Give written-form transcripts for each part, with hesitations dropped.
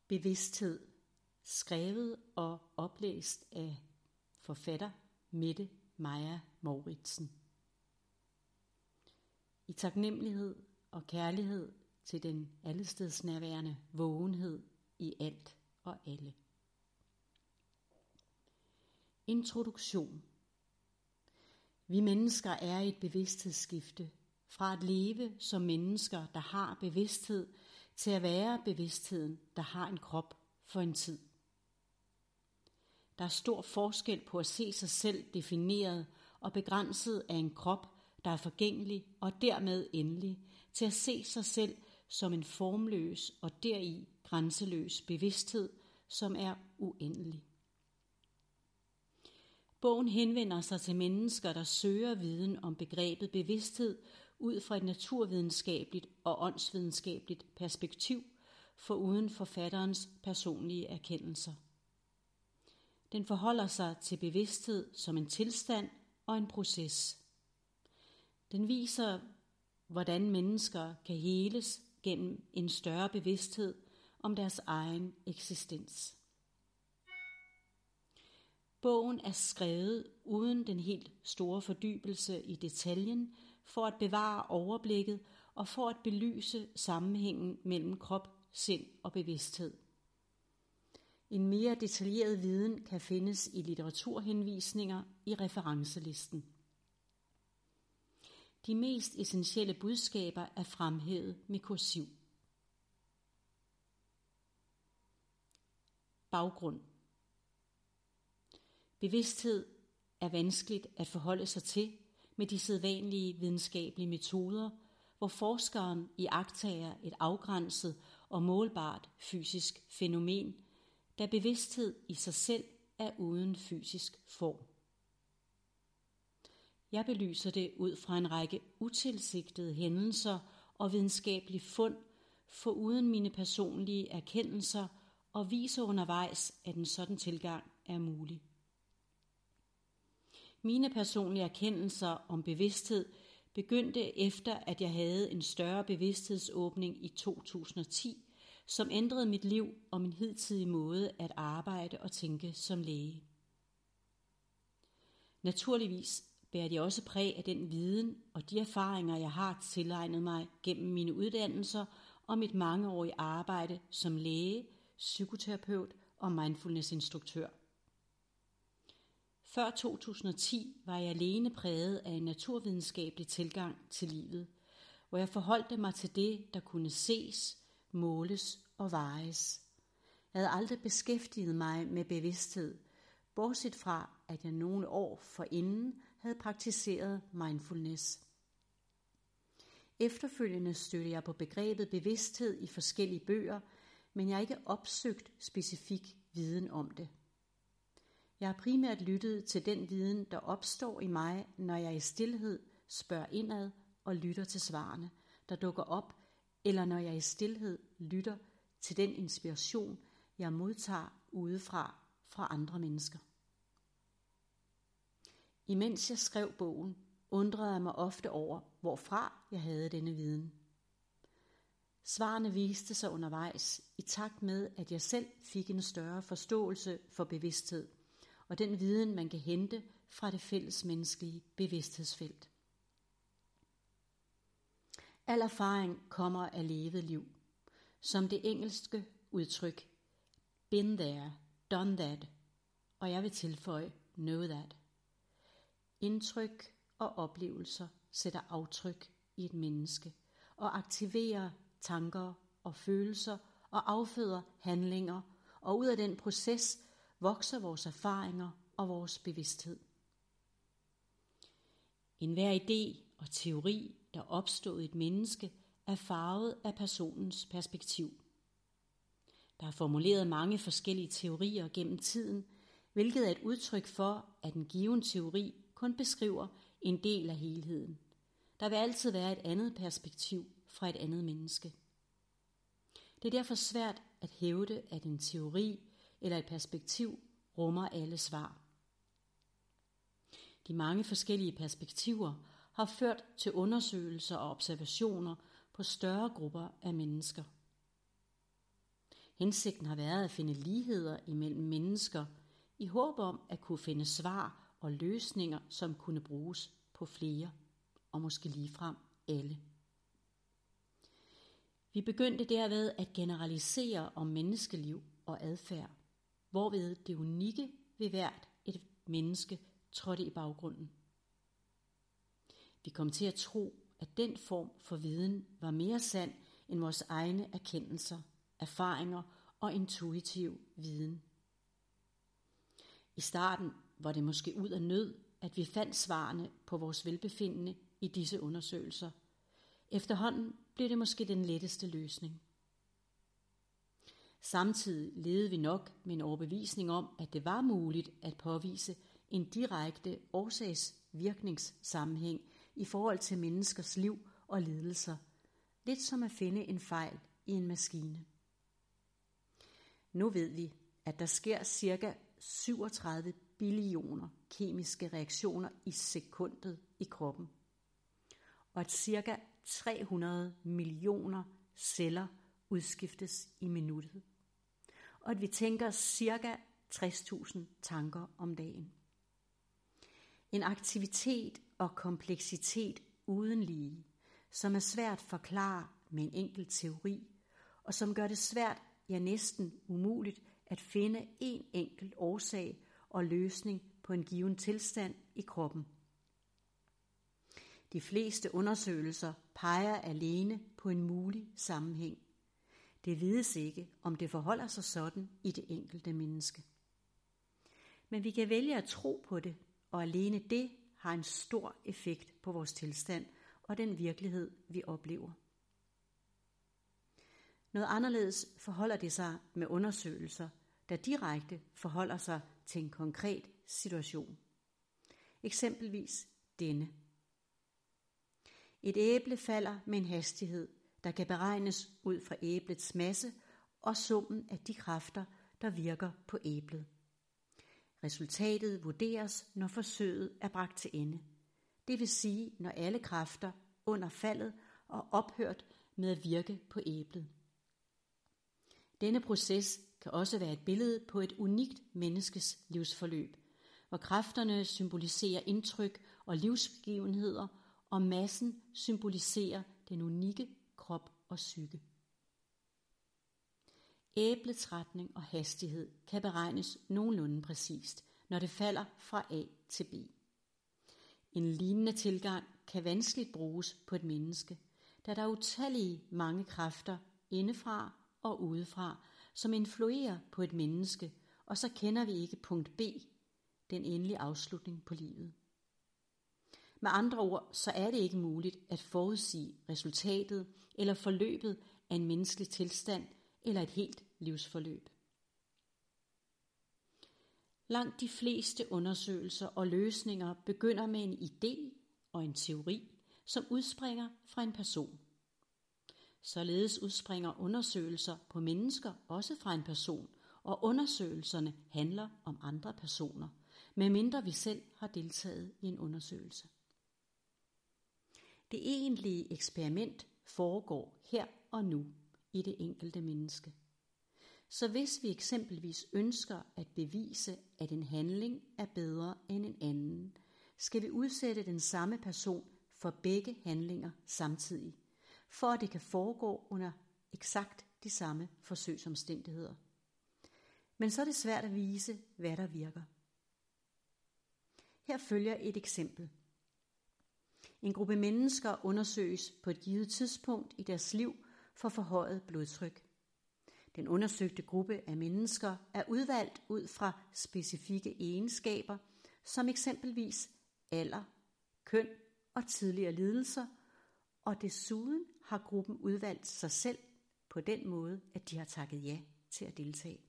Bevidsthed, skrevet og oplæst af forfatter Mette Maja Mouritsen. I taknemmelighed og kærlighed til den allestedsnærværende vågenhed i alt og alle. Introduktion. Vi mennesker er i et bevidsthedsskifte fra at leve som mennesker, der har bevidsthed, til at være bevidstheden, der har en krop for en tid. Der er stor forskel på at se sig selv defineret og begrænset af en krop, der er forgængelig og dermed endelig, til at se sig selv som en formløs og deri grænseløs bevidsthed, som er uendelig. Bogen henvender sig til mennesker, der søger viden om begrebet bevidsthed ud fra et naturvidenskabeligt og åndsvidenskabeligt perspektiv, foruden forfatterens personlige erkendelser. Den forholder sig til bevidsthed som en tilstand og en proces. Den viser, hvordan mennesker kan heles gennem en større bevidsthed om deres egen eksistens. Bogen er skrevet uden den helt store fordybelse i detaljen, for at bevare overblikket og for at belyse sammenhængen mellem krop, sind og bevidsthed. En mere detaljeret viden kan findes i litteraturhenvisninger i referencelisten. De mest essentielle budskaber er fremhævet med kursiv. Baggrund. Bevidsthed er vanskeligt at forholde sig til med de sædvanlige videnskabelige metoder, hvor forskeren iagttager et afgrænset og målbart fysisk fænomen, da bevidsthed i sig selv er uden fysisk form. Jeg belyser det ud fra en række utilsigtede hændelser og videnskabelige fund, foruden mine personlige erkendelser, og viser undervejs, at en sådan tilgang er mulig. Mine personlige erkendelser om bevidsthed begyndte efter, at jeg havde en større bevidsthedsåbning i 2010, som ændrede mit liv og min hidtidige måde at arbejde og tænke som læge. Naturligvis bærer de også præg af den viden og de erfaringer, jeg har tilegnet mig gennem mine uddannelser og mit mangeårige arbejde som læge, psykoterapeut og mindfulnessinstruktør. Før 2010 var jeg alene præget af en naturvidenskabelig tilgang til livet, hvor jeg forholdt mig til det, der kunne ses, måles og vejes. Jeg havde aldrig beskæftiget mig med bevidsthed, bortset fra, at jeg nogle år forinden havde praktiseret mindfulness. Efterfølgende stødte jeg på begrebet bevidsthed i forskellige bøger, men jeg har ikke opsøgt specifik viden om det. Jeg har primært lyttet til den viden, der opstår i mig, når jeg i stilhed spørger indad og lytter til svarene, der dukker op, eller når jeg i stilhed lytter til den inspiration, jeg modtager udefra fra andre mennesker. Imens jeg skrev bogen, undrede jeg mig ofte over, hvorfra jeg havde denne viden. Svarene viste sig undervejs i takt med, at jeg selv fik en større forståelse for bevidsthed, og den viden, man kan hente fra det fællesmenneskelige bevidsthedsfelt. Al erfaring kommer af levet liv, som det engelske udtryk been there, done that, og jeg vil tilføje know that. Indtryk og oplevelser sætter aftryk i et menneske og aktiverer tanker og følelser og afføder handlinger, og ud af den proces vokser vores erfaringer og vores bevidsthed. Enhver idé og teori, der opstod i et menneske, er farvet af personens perspektiv. Der er formuleret mange forskellige teorier gennem tiden, hvilket er et udtryk for, at en given teori kun beskriver en del af helheden. Der vil altid være et andet perspektiv fra et andet menneske. Det er derfor svært at hævde, at en teori eller et perspektiv rummer alle svar. De mange forskellige perspektiver har ført til undersøgelser og observationer på større grupper af mennesker. Hensigten har været at finde ligheder imellem mennesker, i håb om at kunne finde svar og løsninger, som kunne bruges på flere, og måske ligefrem alle. Vi begyndte derved at generalisere om menneskeliv og adfærd, hvorved det unikke ved hvert et menneske trådte i baggrunden. Vi kom til at tro, at den form for viden var mere sand end vores egne erkendelser, erfaringer og intuitiv viden. I starten var det måske ud af nød, at vi fandt svarene på vores velbefindende i disse undersøgelser. Efterhånden blev det måske den letteste løsning. Samtidig levede vi nok med en overbevisning om, at det var muligt at påvise en direkte årsags-virkningssammenhæng i forhold til menneskers liv og lidelser, lidt som at finde en fejl i en maskine. Nu ved vi, at der sker ca. 37 billioner kemiske reaktioner i sekundet i kroppen, og at ca. 300 millioner celler udskiftes i minuttet, og at vi tænker ca. 60.000 tanker om dagen. En aktivitet og kompleksitet uden lige, som er svært at forklare med en enkelt teori, og som gør det svært, ja næsten umuligt, at finde en enkelt årsag og løsning på en given tilstand i kroppen. De fleste undersøgelser peger alene på en mulig sammenhæng. Det vides ikke, om det forholder sig sådan i det enkelte menneske. Men vi kan vælge at tro på det, og alene det har en stor effekt på vores tilstand og den virkelighed, vi oplever. Noget anderledes forholder det sig med undersøgelser, der direkte forholder sig til en konkret situation. Eksempelvis denne. Et æble falder med en hastighed, der kan beregnes ud fra æblets masse og summen af de kræfter, der virker på æblet. Resultatet vurderes, når forsøget er bragt til ende. Det vil sige, når alle kræfter under faldet er ophørt med at virke på æblet. Denne proces kan også være et billede på et unikt menneskes livsforløb, hvor kræfterne symboliserer indtryk og livsbegivenheder, og massen symboliserer den unikke krop og psyke. Æblets retning og hastighed kan beregnes nogenlunde præcist, når det falder fra A til B. En lignende tilgang kan vanskeligt bruges på et menneske, da der er utallige mange kræfter indefra og udefra, som influerer på et menneske, og så kender vi ikke punkt B, den endelige afslutning på livet. Med andre ord, så er det ikke muligt at forudsige resultatet eller forløbet af en menneskelig tilstand eller et helt livsforløb. Langt de fleste undersøgelser og løsninger begynder med en idé og en teori, som udspringer fra en person. Således udspringer undersøgelser på mennesker også fra en person, og undersøgelserne handler om andre personer, medmindre vi selv har deltaget i en undersøgelse. Det egentlige eksperiment foregår her og nu i det enkelte menneske. Så hvis vi eksempelvis ønsker at bevise, at en handling er bedre end en anden, skal vi udsætte den samme person for begge handlinger samtidig, for at det kan foregå under eksakt de samme forsøgsomstændigheder. Men så er det svært at vise, hvad der virker. Her følger et eksempel. En gruppe mennesker undersøges på et givet tidspunkt i deres liv for forhøjet blodtryk. Den undersøgte gruppe af mennesker er udvalgt ud fra specifikke egenskaber, som eksempelvis alder, køn og tidligere lidelser, og desuden har gruppen udvalgt sig selv på den måde, at de har takket ja til at deltage.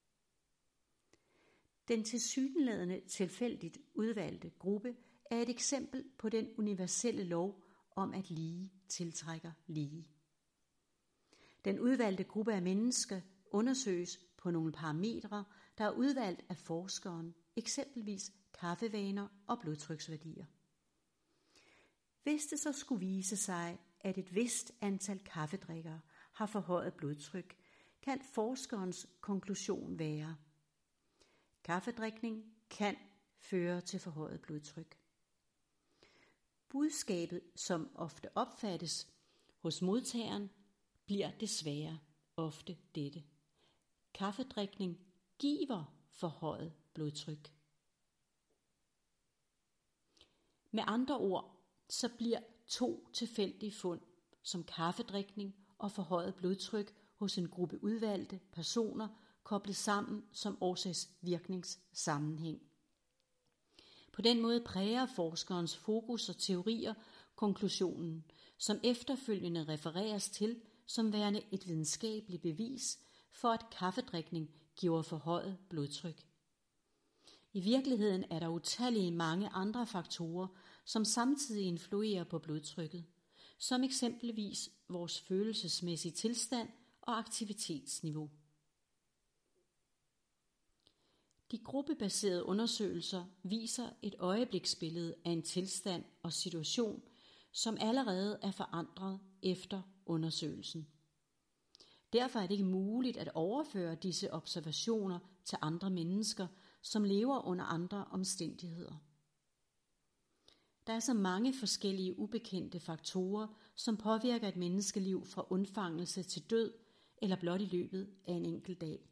Den tilsyneladende tilfældigt udvalgte gruppe er et eksempel på den universelle lov om, at lige tiltrækker lige. Den udvalgte gruppe af mennesker undersøges på nogle parametre, der er udvalgt af forskeren, eksempelvis kaffevaner og blodtryksværdier. Hvis det så skulle vise sig, at et vist antal kaffedrikkere har forhøjet blodtryk, kan forskerens konklusion være: kaffedrikning kan føre til forhøjet blodtryk. Budskabet, som ofte opfattes hos modtageren, bliver desværre ofte dette: kaffedrikning giver forhøjet blodtryk. Med andre ord, så bliver 2 tilfældige fund som kaffedrikning og forhøjet blodtryk hos en gruppe udvalgte personer koblet sammen som årsags-virkningssammenhæng. På den måde præger forskerens fokus og teorier konklusionen, som efterfølgende refereres til som værende et videnskabeligt bevis for, at kaffedrikning giver forhøjet blodtryk. I virkeligheden er der utallige mange andre faktorer, som samtidig influerer på blodtrykket, som eksempelvis vores følelsesmæssige tilstand og aktivitetsniveau. De gruppebaserede undersøgelser viser et øjebliksbillede af en tilstand og situation, som allerede er forandret efter undersøgelsen. Derfor er det ikke muligt at overføre disse observationer til andre mennesker, som lever under andre omstændigheder. Der er så mange forskellige ubekendte faktorer, som påvirker et menneskeliv fra undfangelse til død eller blot i løbet af en enkelt dag.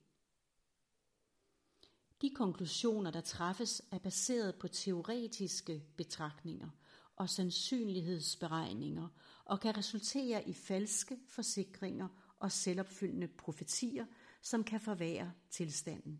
De konklusioner, der træffes, er baseret på teoretiske betragtninger og sandsynlighedsberegninger og kan resultere i falske forsikringer og selvopfyldende profetier, som kan forværre tilstanden.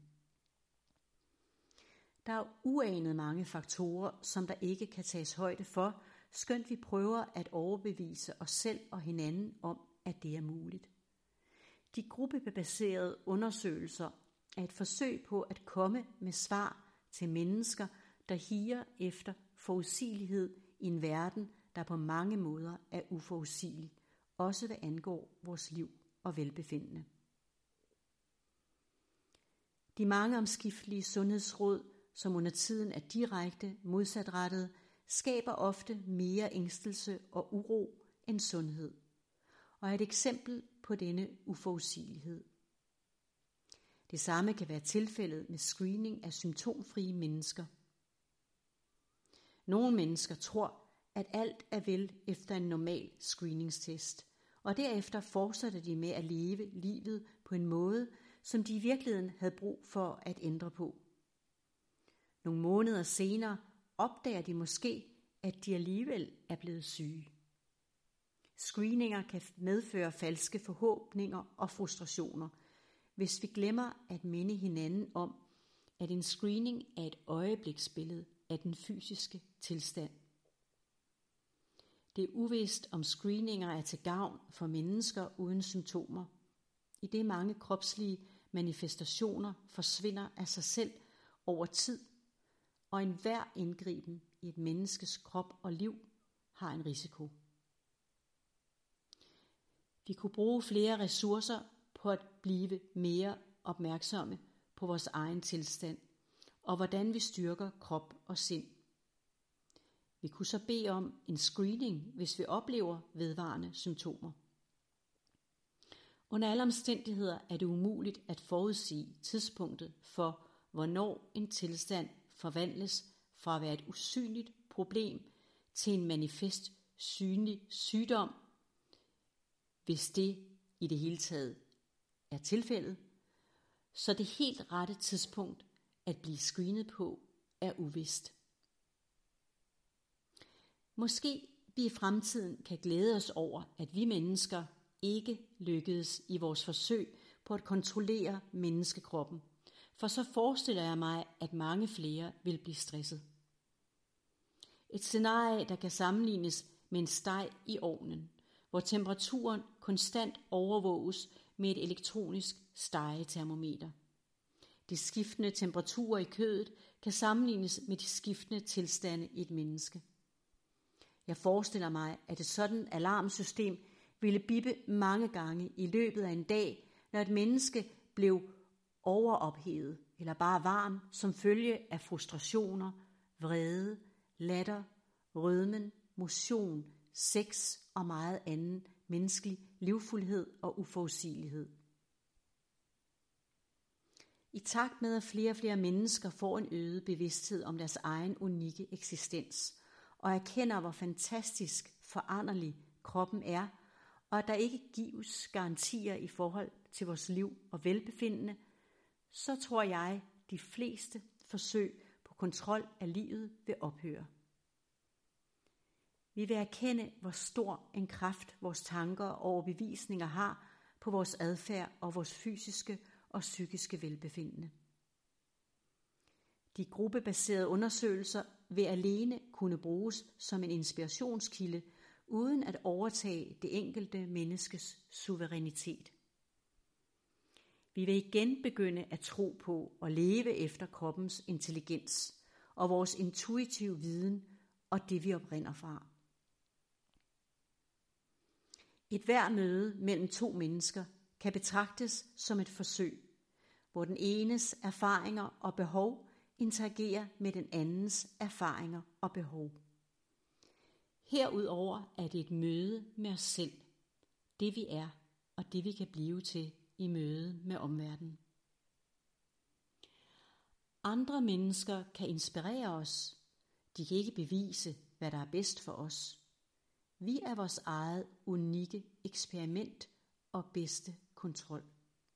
Der er uanet mange faktorer, som der ikke kan tages højde for, skønt vi prøver at overbevise os selv og hinanden om, at det er muligt. De gruppebaserede undersøgelser er et forsøg på at komme med svar til mennesker, der higer efter forudsigelighed i en verden, der på mange måder er uforudsigelig, også hvad angår vores liv og velbefindende. De mange omskiftelige sundhedsråd, som under tiden er direkte modsatrettede, skaber ofte mere ængstelse og uro end sundhed, og er et eksempel på denne uforudsigelighed. Det samme kan være tilfældet med screening af symptomfrie mennesker. Nogle mennesker tror, at alt er vel efter en normal screeningstest, og derefter fortsætter de med at leve livet på en måde, som de i virkeligheden havde brug for at ændre på. Nogle måneder senere opdager de måske, at de alligevel er blevet syge. Screeninger kan medføre falske forhåbninger og frustrationer, hvis vi glemmer at minde hinanden om, at en screening er et øjebliksbillede af den fysiske tilstand. Det er uvist, om screeninger er til gavn for mennesker uden symptomer, idet mange kropslige manifestationer forsvinder af sig selv over tid, og enhver indgriben i et menneskes krop og liv har en risiko. Vi kunne bruge flere ressourcer på at blive mere opmærksomme på vores egen tilstand, og hvordan vi styrker krop og sind. Vi kunne så bede om en screening, hvis vi oplever vedvarende symptomer. Under alle omstændigheder er det umuligt at forudsige tidspunktet for, hvornår en tilstand forvandles fra at være et usynligt problem til en manifest synlig sygdom, hvis det i det hele taget er tilfældet, så det helt rette tidspunkt at blive screenet på er uvist. Måske vi i fremtiden kan glæde os over, at vi mennesker ikke lykkedes i vores forsøg på at kontrollere menneskekroppen, for så forestiller jeg mig, at mange flere vil blive stresset. Et scenarie, der kan sammenlignes med en steg i ovnen, hvor temperaturen konstant overvåges med et elektronisk stegetermometer. De skiftende temperaturer i kødet kan sammenlignes med de skiftende tilstande i et menneske. Jeg forestiller mig, at et sådan alarmsystem ville bippe mange gange i løbet af en dag, når et menneske blev overophedet eller bare varm som følge af frustrationer, vrede, latter, rødmen, motion, sex og meget anden menneskelig livfuldhed og uforudsigelighed. I takt med, at flere og flere mennesker får en øget bevidsthed om deres egen unikke eksistens, og erkender, hvor fantastisk foranderlig kroppen er, og at der ikke gives garantier i forhold til vores liv og velbefindende, så tror jeg, de fleste forsøg på kontrol af livet vil ophøre. Vi vil erkende, hvor stor en kraft vores tanker og overbevisninger har på vores adfærd og vores fysiske og psykiske velbefindende. De gruppebaserede undersøgelser vil alene kunne bruges som en inspirationskilde, uden at overtage det enkelte menneskes suverænitet. Vi vil igen begynde at tro på og leve efter kroppens intelligens og vores intuitive viden og det, vi oprinder fra. Et hver møde mellem to mennesker kan betragtes som et forsøg, hvor den enes erfaringer og behov interagerer med den andens erfaringer og behov. Herudover er det et møde med os selv, det vi er og det vi kan blive til i møde med omverdenen. Andre mennesker kan inspirere os. De kan ikke bevise, hvad der er bedst for os. Vi er vores eget unikke eksperiment og bedste kontrol.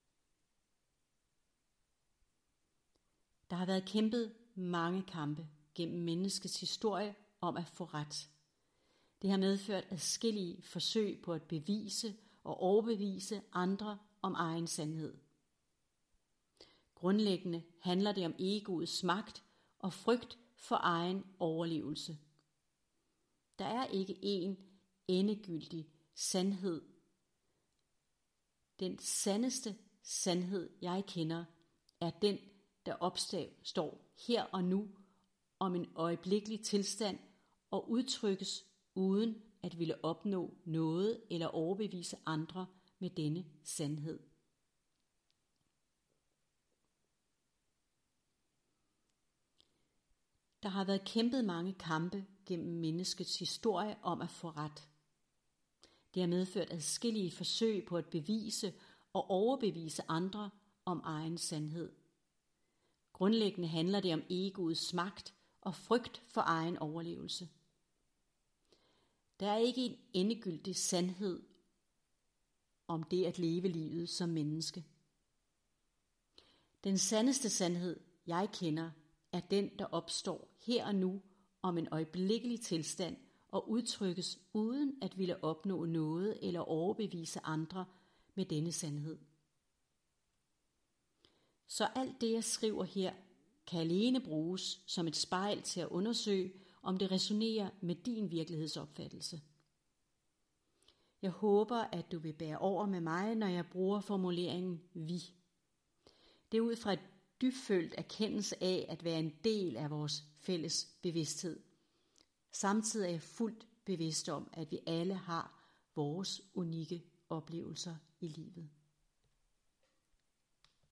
Der har været kæmpet mange kampe gennem menneskets historie om at få ret. Det har medført adskillige forsøg på at bevise og overbevise andre om egen sandhed. Grundlæggende handler det om egoets magt og frygt for egen overlevelse. Der er ikke én endegyldig sandhed. Den sandeste sandhed, jeg kender, er den, der opstår her og nu om en øjeblikkelig tilstand og udtrykkes uden at ville opnå noget eller overbevise andre med denne sandhed. Der har været kæmpet mange kampe gennem menneskets historie om at få ret. Det har medført adskillige forsøg på at bevise og overbevise andre om egen sandhed. Grundlæggende handler det om egoets magt og frygt for egen overlevelse. Der er ikke en endegyldig sandhed om det at leve livet som menneske. Den sandeste sandhed, jeg kender, er den, der opstår her og nu om en øjeblikkelig tilstand og udtrykkes uden at ville opnå noget eller overbevise andre med denne sandhed. Så alt det, jeg skriver her, kan alene bruges som et spejl til at undersøge, om det resonerer med din virkelighedsopfattelse. Jeg håber, at du vil bære over med mig, når jeg bruger formuleringen vi. Det er ud fra et dybfølt erkendelse af at være en del af vores fælles bevidsthed. Samtidig er jeg fuldt bevidst om, at vi alle har vores unikke oplevelser i livet.